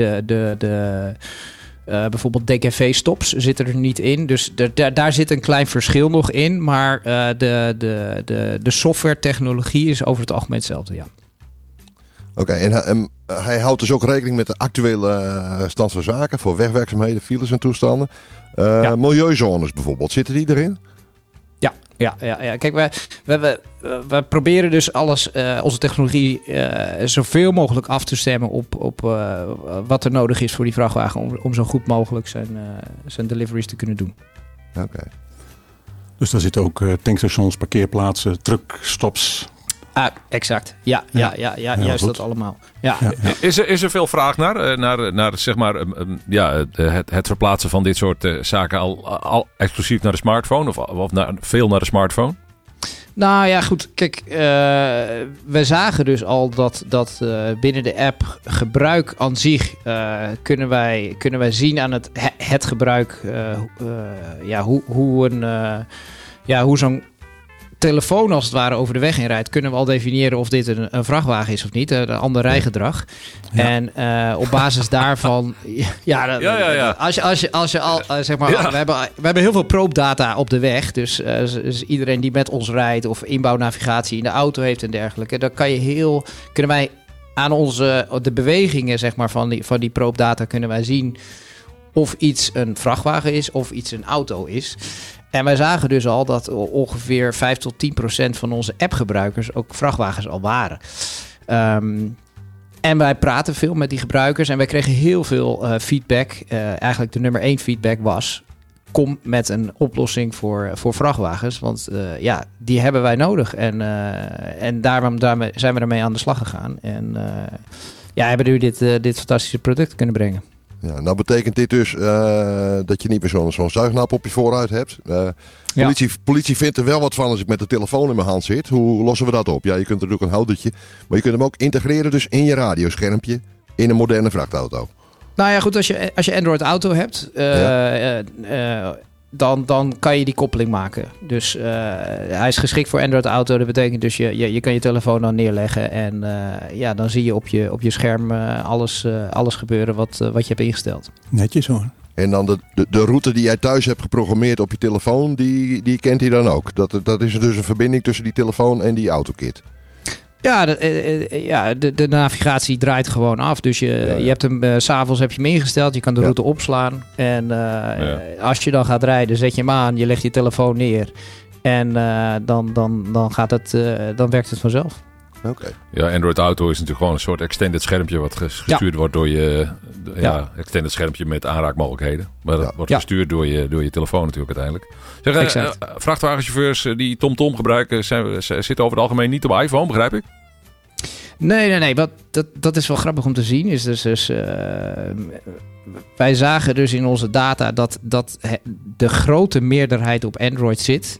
bijvoorbeeld DKV-stops zitten er niet in. Dus daar zit een klein verschil nog in. Maar de software-technologie is over het algemeen hetzelfde, ja. Oké, en hij houdt dus ook rekening met de actuele stand van zaken voor wegwerkzaamheden, files en toestanden. Milieuzones bijvoorbeeld, zitten die erin? Ja. Kijk, we proberen dus alles, onze technologie, zoveel mogelijk af te stemmen op wat er nodig is voor die vrachtwagen om zo goed mogelijk zijn deliveries te kunnen doen. Oké. Dus daar zitten ook tankstations, parkeerplaatsen, truckstops. Exact. Ja, juist dat allemaal. Ja. Is er veel vraag naar zeg maar, het verplaatsen van dit soort zaken al exclusief naar de smartphone of veel naar de smartphone? Nou ja, goed. Kijk, we zagen dus al dat binnen de app gebruik aan zich kunnen wij zien aan het gebruik hoe zo'n telefoon als het ware over de weg inrijdt, kunnen we al definiëren of dit een vrachtwagen is of niet. Een ander rijgedrag. Ja. En op basis daarvan... Als je al zeg maar... Ja. We hebben heel veel proobdata op de weg. Dus iedereen die met ons rijdt of inbouwnavigatie in de auto heeft en dergelijke. Dan kunnen wij aan de bewegingen zeg maar, van die proobdata kunnen wij zien of iets een vrachtwagen is of iets een auto is. En wij zagen dus al dat ongeveer 5-10% van onze appgebruikers ook vrachtwagens al waren. En wij praten veel met die gebruikers en wij kregen heel veel feedback. Eigenlijk de nummer 1 feedback was: kom met een oplossing voor vrachtwagens. Want die hebben wij nodig. En daarmee zijn we ermee aan de slag gegaan. En hebben nu dit fantastische product kunnen brengen. Ja, nou betekent dit dus dat je niet meer zo'n zuignap op je vooruit hebt. Politie vindt er wel wat van als ik met de telefoon in mijn hand zit. Hoe lossen we dat op? Ja, je kunt er natuurlijk een houdertje. Maar je kunt hem ook integreren dus in je radioschermpje in een moderne vrachtauto. Nou ja, goed, als je Android Auto hebt, dan kan je die koppeling maken. Dus hij is geschikt voor Android Auto. Dat betekent dus je kan je telefoon dan neerleggen en dan zie je op je scherm alles gebeuren wat je hebt ingesteld. Netjes hoor. En dan de route die jij thuis hebt geprogrammeerd op je telefoon, die kent hij dan ook. Dat is dus een verbinding tussen die telefoon en die autokit. Ja, de navigatie draait gewoon af. Dus je hebt hem, 's avonds heb je hem ingesteld. Je kan de route opslaan. En als je dan gaat rijden, zet je hem aan. Je legt je telefoon neer. En dan werkt het vanzelf. Okay. Ja, Android Auto is natuurlijk gewoon een soort extended schermpje wat gestuurd wordt door je... extended schermpje met aanraakmogelijkheden. Maar dat wordt gestuurd door je telefoon natuurlijk uiteindelijk. Zeg, vrachtwagenchauffeurs die TomTom gebruiken, zitten over het algemeen niet op iPhone, begrijp ik? Nee. Dat is wel grappig om te zien. Wij zagen dus in onze data dat de grote meerderheid op Android zit.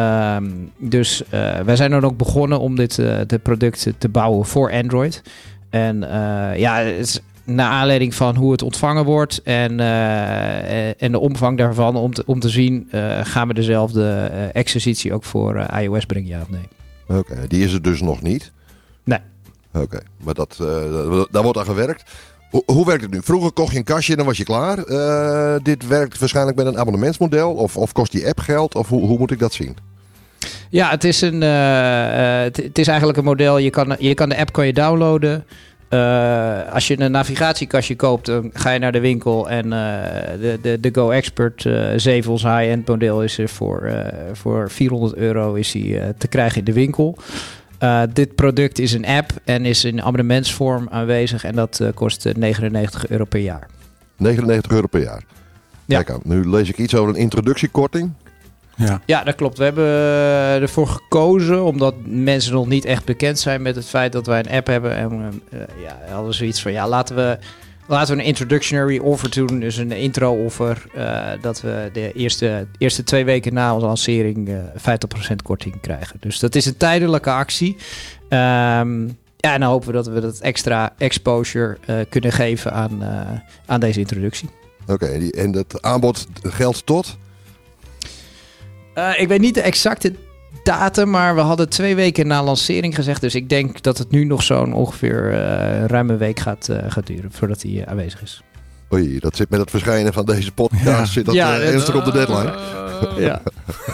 Wij zijn dan ook begonnen om dit product te bouwen voor Android. En het is naar aanleiding van hoe het ontvangen wordt en de omvang daarvan om te zien, gaan we dezelfde exercitie ook voor iOS brengen, ja of nee? Oké, die is er dus nog niet? Nee. Oké, maar daar wordt aan gewerkt. Hoe werkt het nu? Vroeger kocht je een kastje en dan was je klaar. Dit werkt waarschijnlijk met een abonnementsmodel of kost die app geld? Of hoe moet ik dat zien? Ja, het is eigenlijk een model. Je kan de app downloaden. Als je een navigatiekastje koopt, dan ga je naar de winkel en de Go Expert 7 ons high-end model is er voor €400 is die te krijgen in de winkel. Dit product is een app en is in abonnementsvorm aanwezig en dat kost €99 per jaar. €99 per jaar? Ja. Kijk, nu lees ik iets over een introductiekorting. Ja, dat klopt. We hebben ervoor gekozen omdat mensen nog niet echt bekend zijn met het feit dat wij een app hebben. En hadden we zoiets van, laten we een introductionary offer doen, dus een intro-offer. Dat we de eerste 2 weken na onze lancering 50% korting krijgen. Dus dat is een tijdelijke actie. En dan hopen we dat we dat extra exposure kunnen geven aan deze introductie. Oké, en dat aanbod geldt tot? Ik weet niet de exacte datum, maar we hadden 2 weken na lancering gezegd. Dus ik denk dat het nu nog zo'n ongeveer ruim een week gaat duren voordat hij aanwezig is. Oei, dat zit met het verschijnen van deze podcast. Zit dat ernstig op de deadline? Ja.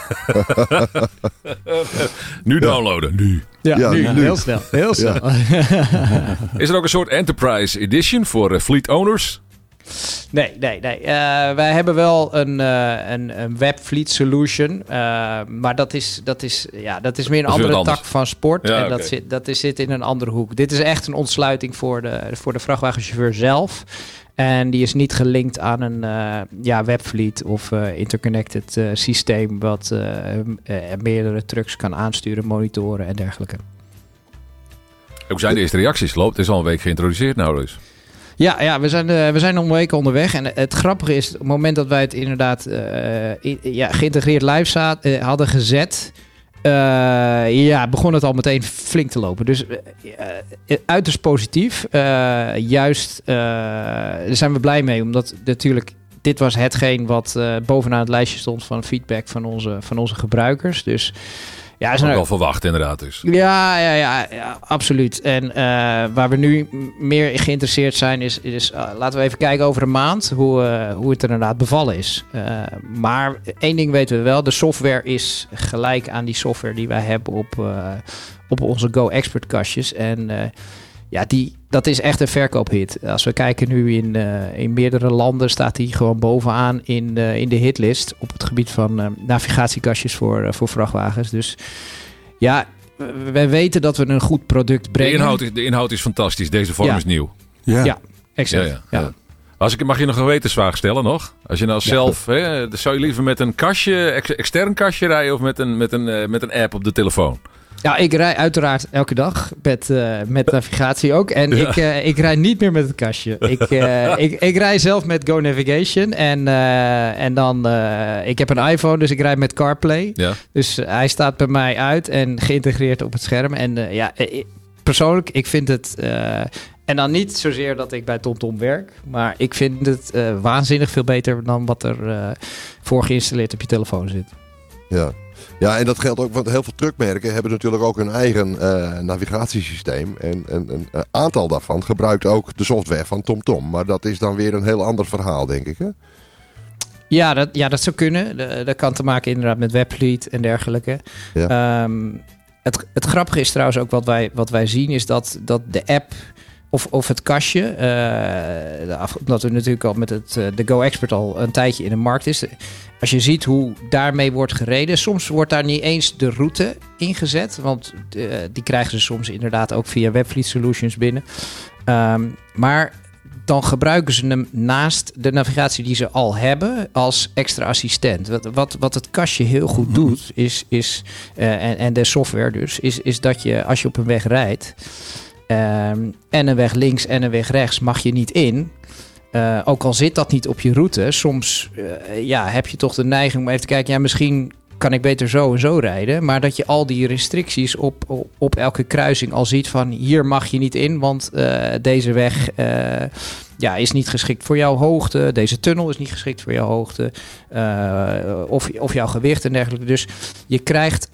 Nu downloaden, nu. Ja, nu. Heel snel. Ja. Is er ook een soort Enterprise Edition voor fleet owners? Nee. Wij hebben wel een webfleet solution. Maar dat is meer een andere tak van sport. Ja, en dat zit in een andere hoek. Dit is echt een ontsluiting voor de vrachtwagenchauffeur zelf. En die is niet gelinkt aan een webfleet of interconnected systeem wat meerdere trucks kan aansturen, monitoren en dergelijke. Hoe zijn de eerste reacties? Het is al een week geïntroduceerd nou dus. Ja, we zijn nog een week onderweg. En het grappige is, op het moment dat wij het inderdaad geïntegreerd live hadden gezet, begon het al meteen flink te lopen. Dus uiterst positief. Daar zijn we blij mee, omdat natuurlijk dit was hetgeen wat bovenaan het lijstje stond van feedback van onze gebruikers. Dus ja, dat is wel verwacht inderdaad dus. Ja, absoluut. En waar we nu meer geïnteresseerd zijn is laten we even kijken over een maand hoe het er inderdaad bevallen is. Maar één ding weten we wel, de software is gelijk aan die software die wij hebben op onze Go Expert kastjes. En dat is echt een verkoophit. Als we kijken nu in meerdere landen staat die gewoon bovenaan in de hitlist op het gebied van navigatiekastjes voor vrachtwagens. Dus ja, wij weten dat we een goed product brengen. De inhoud is fantastisch. Deze vorm is nieuw. Ja, exact. Ja. Mag je nog een gewetensvraag stellen nog? Als je nou zelf, zou je liever met een kastje, extern kastje rijden of met een app op de telefoon? Ja, ik rij uiteraard elke dag met navigatie ook. En ik rij niet meer met het kastje. Ik rij zelf met Go Navigation. En dan, ik heb een iPhone, dus ik rijd met CarPlay. Ja. Dus hij staat bij mij uit en geïntegreerd op het scherm. En persoonlijk, ik vind het... en dan niet zozeer dat ik bij TomTom werk. Maar ik vind het waanzinnig veel beter dan wat er voor geïnstalleerd op je telefoon zit. Ja. Ja, en dat geldt ook, want heel veel truckmerken hebben natuurlijk ook hun eigen navigatiesysteem. En een aantal daarvan gebruikt ook de software van TomTom. Maar dat is dan weer een heel ander verhaal, denk ik, hè? Ja, dat zou kunnen. Dat kan te maken inderdaad met Webfleet en dergelijke. Ja. Het grappige is trouwens ook wat wij zien, is dat de app of het kastje, omdat we natuurlijk al met de Go Expert al een tijdje in de markt is. Als je ziet hoe daarmee wordt gereden, soms wordt daar niet eens de route ingezet, want die krijgen ze soms inderdaad ook via Webfleet Solutions binnen. Maar dan gebruiken ze hem naast de navigatie die ze al hebben als extra assistent. Wat het kastje heel goed doet, is en de software dus, is dat je als je op een weg rijdt, en een weg links en een weg rechts mag je niet in. Ook al zit dat niet op je route. Soms heb je toch de neiging om even te kijken. Ja, misschien kan ik beter zo en zo rijden. Maar dat je al die restricties op elke kruising al ziet van... hier mag je niet in, want deze weg is niet geschikt voor jouw hoogte. Deze tunnel is niet geschikt voor jouw hoogte. Of jouw gewicht en dergelijke. Dus je krijgt...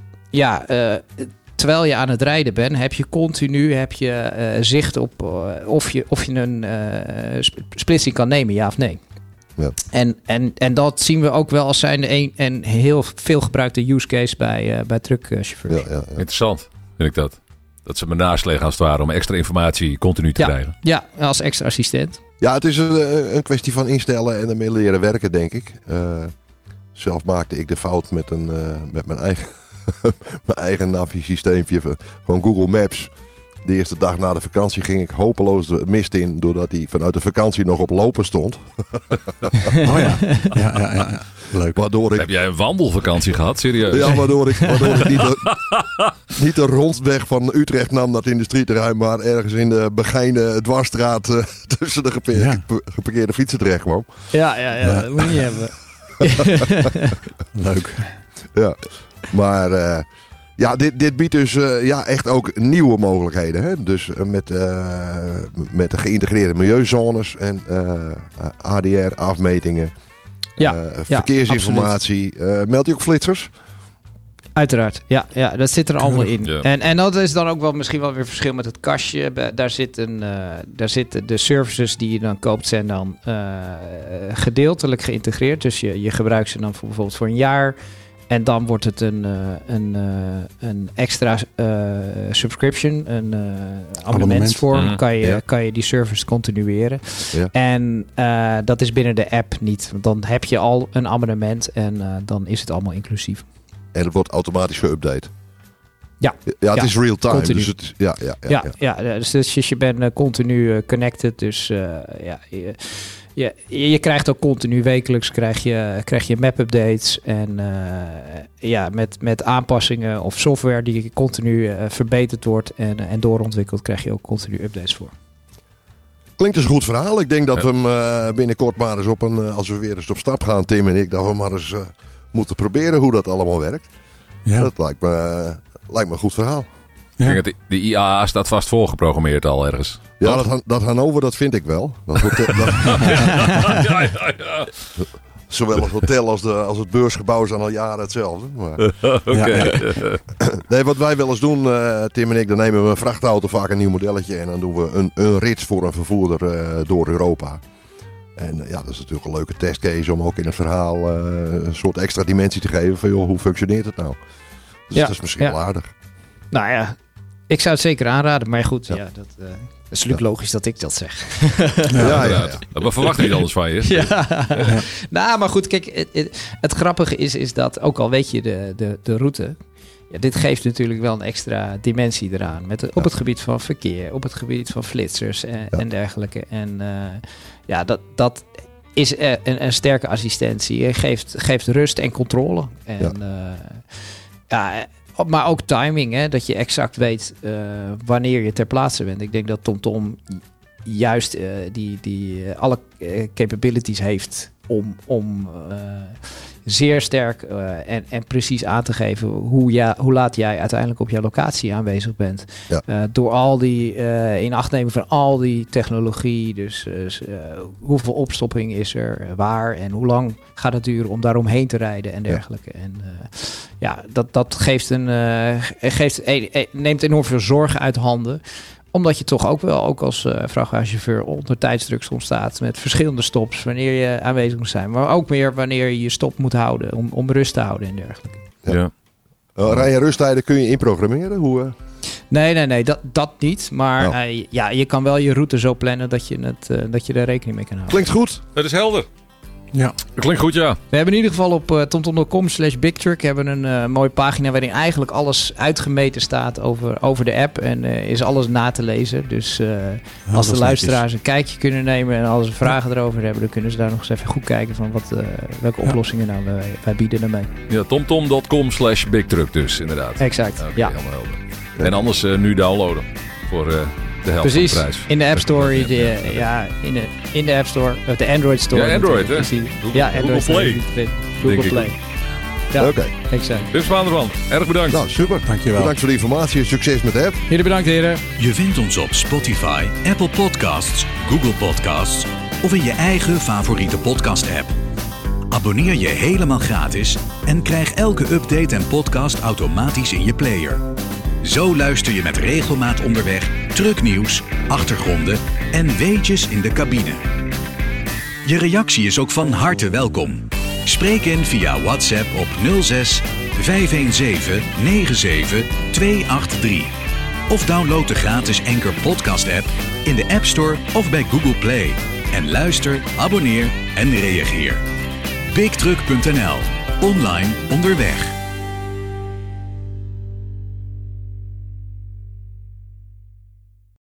terwijl je aan het rijden bent, heb je continu zicht op of je een splitsing kan nemen, ja of nee. Ja. En dat zien we ook wel als zijnde een heel veel gebruikte use case bij truckchauffeurs. Ja. Interessant, vind ik dat. Dat ze me naastleggen als het ware om extra informatie continu te krijgen. Ja, als extra assistent. Ja, het is een kwestie van instellen en ermee leren werken, denk ik. Zelf maakte ik de fout met mijn eigen navisysteempje van Google Maps. De eerste dag na de vakantie ging ik hopeloos de mist in, doordat hij vanuit de vakantie nog op lopen stond. Oh ja. Leuk. Heb jij een wandelvakantie gehad, serieus? Ja, waardoor ik niet de rondweg van Utrecht nam naar het industrieterrein, maar ergens in de Begijnen dwarsstraat tussen de geparkeerde fietsen terecht kwam. Ja, dat moet je niet hebben. Leuk. Ja. Maar dit biedt dus echt ook nieuwe mogelijkheden. Hè? Dus met de geïntegreerde milieuzones en ADR-afmetingen. Verkeersinformatie. Meldt u ook flitsers? Uiteraard, ja, dat zit er allemaal in. Ja. En dat is dan ook wel misschien wel weer verschil met het kastje. Daar zitten de services die je dan koopt, zijn dan gedeeltelijk geïntegreerd. Dus je gebruikt ze dan bijvoorbeeld voor een jaar. En dan wordt het een extra subscription, een abonnementsvorm. Kan je die service continueren. Ja. En dat is binnen de app niet. Want dan heb je al een abonnement en dan is het allemaal inclusief. En het wordt automatisch geüpdate. Ja, het is real time. Continu. Dus het is, dus je bent continu connected. Dus je krijgt ook continu wekelijks krijg je map-updates. En met aanpassingen of software die continu verbeterd wordt en doorontwikkeld, krijg je ook continu updates voor. Klinkt als een goed verhaal. Ik denk dat we hem binnenkort maar eens als we weer eens op stap gaan, Tim en ik, dat we maar eens moeten proberen hoe dat allemaal werkt. Ja. Dat lijkt me een goed verhaal. Ja. Ik denk dat de IAA staat vast voorgeprogrammeerd al ergens. Ja, dat Hannover, dat vind ik wel. Dat Zowel het hotel als het beursgebouw zijn al jaren hetzelfde. Maar... Nee, wat wij wel eens doen, Tim en ik, dan nemen we een vrachtauto, vaak een nieuw modelletje. En dan doen we een rit voor een vervoerder door Europa. En dat is natuurlijk een leuke testcase om ook in het verhaal een soort extra dimensie te geven van joh, hoe functioneert het nou? Dus dat is misschien wel aardig. Nou ja, ik zou het zeker aanraden, maar goed, dat is natuurlijk logisch dat ik dat zeg. Ja. We verwachten niet anders van je. Ja. Nou, maar goed, kijk, het grappige is dat, ook al weet je de route, dit geeft natuurlijk wel een extra dimensie eraan. Op het gebied van verkeer, op het gebied van flitsers en dergelijke. En dat is een sterke assistentie. Geeft rust en controle. En Maar ook timing, hè? Dat je exact weet wanneer je ter plaatse bent. Ik denk dat TomTom juist alle capabilities heeft om zeer sterk en precies aan te geven hoe laat jij uiteindelijk op jouw locatie aanwezig bent. Ja. Door al die inachtneming van al die technologie, dus hoeveel opstopping is er, waar en hoe lang gaat het duren om daaromheen te rijden en dergelijke. Ja. En dat geeft neemt enorm veel zorgen uit handen. Omdat je toch ook als vrachtwagenchauffeur onder tijdsdruk soms staat met verschillende stops wanneer je aanwezig moet zijn. Maar ook meer wanneer je je stop moet houden om rust te houden en dergelijke. Ja. Rij- en rusttijden kun je inprogrammeren? Hoe? Nee, dat niet. Maar je kan wel je route zo plannen dat je er rekening mee kan houden. Klinkt goed. Dat is helder. Ja. Dat klinkt goed, ja. We hebben in ieder geval op tomtom.com/bigtruck hebben een mooie pagina waarin eigenlijk alles uitgemeten staat over de app. En is alles na te lezen. Dus als de luisteraars een kijkje kunnen nemen en als ze vragen erover hebben, dan kunnen ze daar nog eens even goed kijken van welke oplossingen nou wij bieden daarmee. Ja, tomtom.com/bigtruck dus, inderdaad. Exact, Okay, ja. Helemaal helder. En anders nu downloaden voor de helft Precies, van de prijs. in de App Store, in de App Store, of de Android Store. Ja, Android, hè? Android Play. Google Play. Ja, Oké. exact. Pim Spaanderman, erg bedankt. Nou, super. Dankjewel. Bedankt voor de informatie en succes met de app. Jullie bedankt, heren. Je vindt ons op Spotify, Apple Podcasts, Google Podcasts of in je eigen favoriete podcast-app. Abonneer je helemaal gratis en krijg elke update en podcast automatisch in je player. Zo luister je met regelmaat onderweg, trucknieuws, achtergronden en weetjes in de cabine. Je reactie is ook van harte welkom. Spreek in via WhatsApp op 06 517 97 283. Of download de gratis Anchor Podcast app in de App Store of bij Google Play. En luister, abonneer en reageer. BigTruck.nl. Online onderweg.